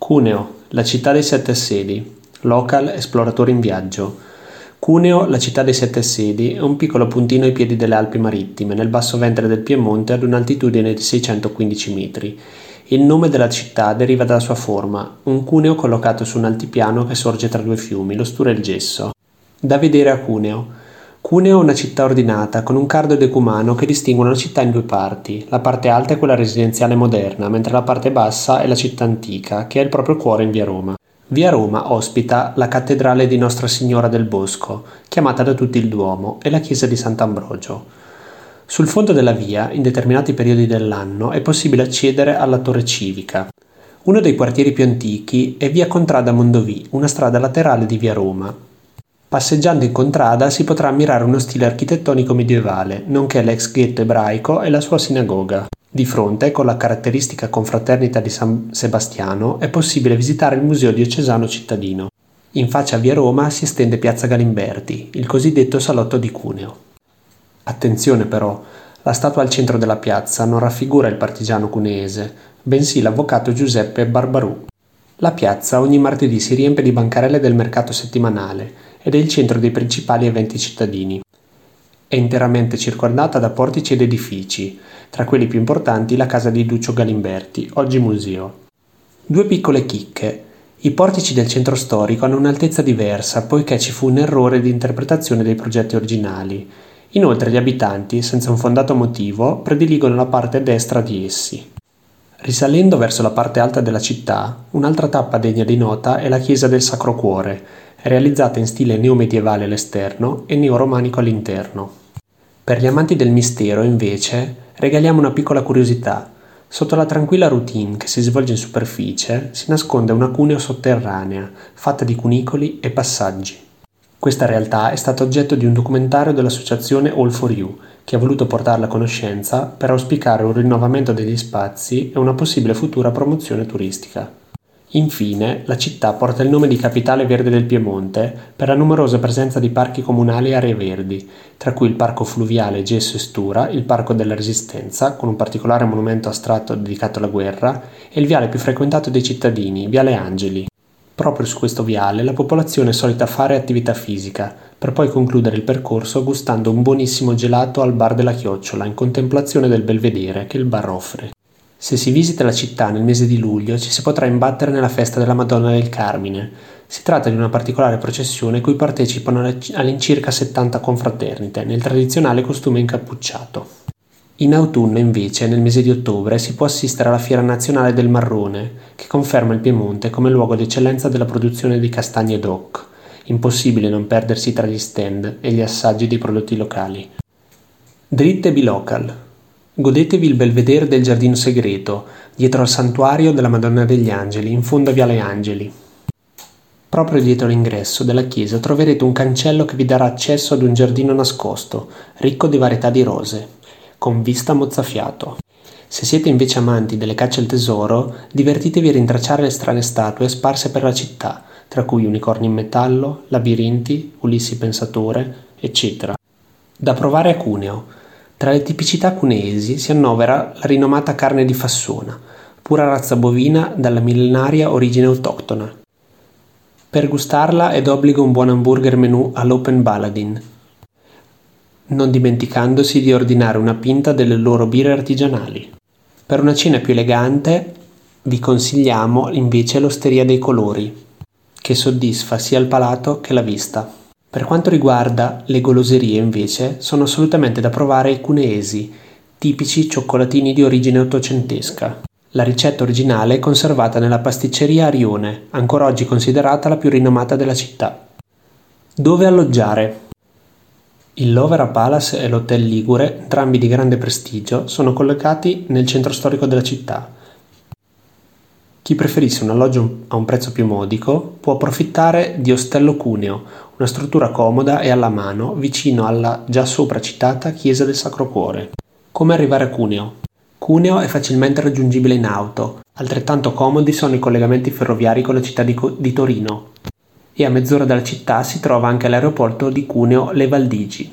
Cuneo, la città dei sette assedi. Local esploratori in viaggio. Cuneo, la città dei sette assedi, è un piccolo puntino ai piedi delle Alpi Marittime, nel basso ventre del Piemonte ad un'altitudine di 615 metri. Il nome della città deriva dalla sua forma, un cuneo collocato su un altipiano che sorge tra due fiumi, lo Stura e il Gesso. Da vedere a Cuneo. Cuneo è una città ordinata, con un cardo decumano che distingue una città in due parti. La parte alta è quella residenziale moderna, mentre la parte bassa è la città antica, che è il proprio cuore in via Roma. Via Roma ospita la cattedrale di Nostra Signora del Bosco, chiamata da tutti il Duomo, e la chiesa di Sant'Ambrogio. Sul fondo della via, in determinati periodi dell'anno, è possibile accedere alla torre civica. Uno dei quartieri più antichi è via Contrada Mondovì, una strada laterale di via Roma. Passeggiando in contrada si potrà ammirare uno stile architettonico medievale, nonché l'ex ghetto ebraico e la sua sinagoga. Di fronte, con la caratteristica confraternita di San Sebastiano, è possibile visitare il Museo Diocesano Cittadino. In faccia a via Roma si estende Piazza Galimberti, il cosiddetto Salotto di Cuneo. Attenzione però, la statua al centro della piazza non raffigura il partigiano cuneese, bensì l'avvocato Giuseppe Barbarù. La piazza ogni martedì si riempie di bancarelle del mercato settimanale ed è il centro dei principali eventi cittadini. È interamente circondata da portici ed edifici, tra quelli più importanti la casa di Duccio Galimberti, oggi museo. Due piccole chicche. I portici del centro storico hanno un'altezza diversa, poiché ci fu un errore di interpretazione dei progetti originali. Inoltre gli abitanti, senza un fondato motivo, prediligono la parte destra di essi. Risalendo verso la parte alta della città, un'altra tappa degna di nota è la chiesa del Sacro Cuore, realizzata in stile neomedievale all'esterno e neoromanico all'interno. Per gli amanti del mistero, invece, regaliamo una piccola curiosità. Sotto la tranquilla routine che si svolge in superficie si nasconde una cuneo sotterranea, fatta di cunicoli e passaggi. Questa realtà è stata oggetto di un documentario dell'associazione All for You, che ha voluto portarla a conoscenza per auspicare un rinnovamento degli spazi e una possibile futura promozione turistica. Infine, la città porta il nome di Capitale Verde del Piemonte per la numerosa presenza di parchi comunali e aree verdi, tra cui il Parco Fluviale Gesso e Stura, il Parco della Resistenza, con un particolare monumento astratto dedicato alla guerra, e il viale più frequentato dai cittadini, Viale Angeli. Proprio su questo viale la popolazione è solita fare attività fisica, per poi concludere il percorso gustando un buonissimo gelato al bar della Chiocciola in contemplazione del belvedere che il bar offre. Se si visita la città nel mese di luglio ci si potrà imbattere nella festa della Madonna del Carmine. Si tratta di una particolare processione cui partecipano all'incirca 70 confraternite nel tradizionale costume incappucciato. In autunno invece, nel mese di ottobre, si può assistere alla Fiera Nazionale del Marrone, che conferma il Piemonte come luogo d'eccellenza della produzione di castagne DOC. Impossibile non perdersi tra gli stand e gli assaggi dei prodotti locali. Dritte Bilocal. Godetevi il belvedere del Giardino Segreto, dietro al santuario della Madonna degli Angeli, in fondo a Viale Angeli. Proprio dietro l'ingresso della chiesa troverete un cancello che vi darà accesso ad un giardino nascosto, ricco di varietà di rose, con vista mozzafiato. Se siete invece amanti delle cacce al tesoro, divertitevi a rintracciare le strane statue sparse per la città, tra cui unicorni in metallo, labirinti, Ulissi Pensatore, eccetera. Da provare a Cuneo. Tra le tipicità cuneesi si annovera la rinomata carne di Fassona, pura razza bovina dalla millenaria origine autoctona. Per gustarla è d'obbligo un buon hamburger menù all'Open Baladin, non dimenticandosi di ordinare una pinta delle loro birre artigianali. Per una cena più elegante vi consigliamo invece l'Osteria dei Colori, che soddisfa sia il palato che la vista. Per quanto riguarda le goloserie invece sono assolutamente da provare i cuneesi, tipici cioccolatini di origine ottocentesca. La ricetta originale è conservata nella pasticceria Arione, ancora oggi considerata la più rinomata della città. Dove alloggiare? Il Lovera Palace e l'Hotel Ligure, entrambi di grande prestigio, sono collocati nel centro storico della città. Chi preferisse un alloggio a un prezzo più modico può approfittare di Ostello Cuneo, una struttura comoda e alla mano vicino alla già sopra citata chiesa del Sacro Cuore. Come arrivare a Cuneo? Cuneo è facilmente raggiungibile in auto, altrettanto comodi sono i collegamenti ferroviari con la città di Torino e a mezz'ora dalla città si trova anche l'aeroporto di Cuneo Le Valdigi.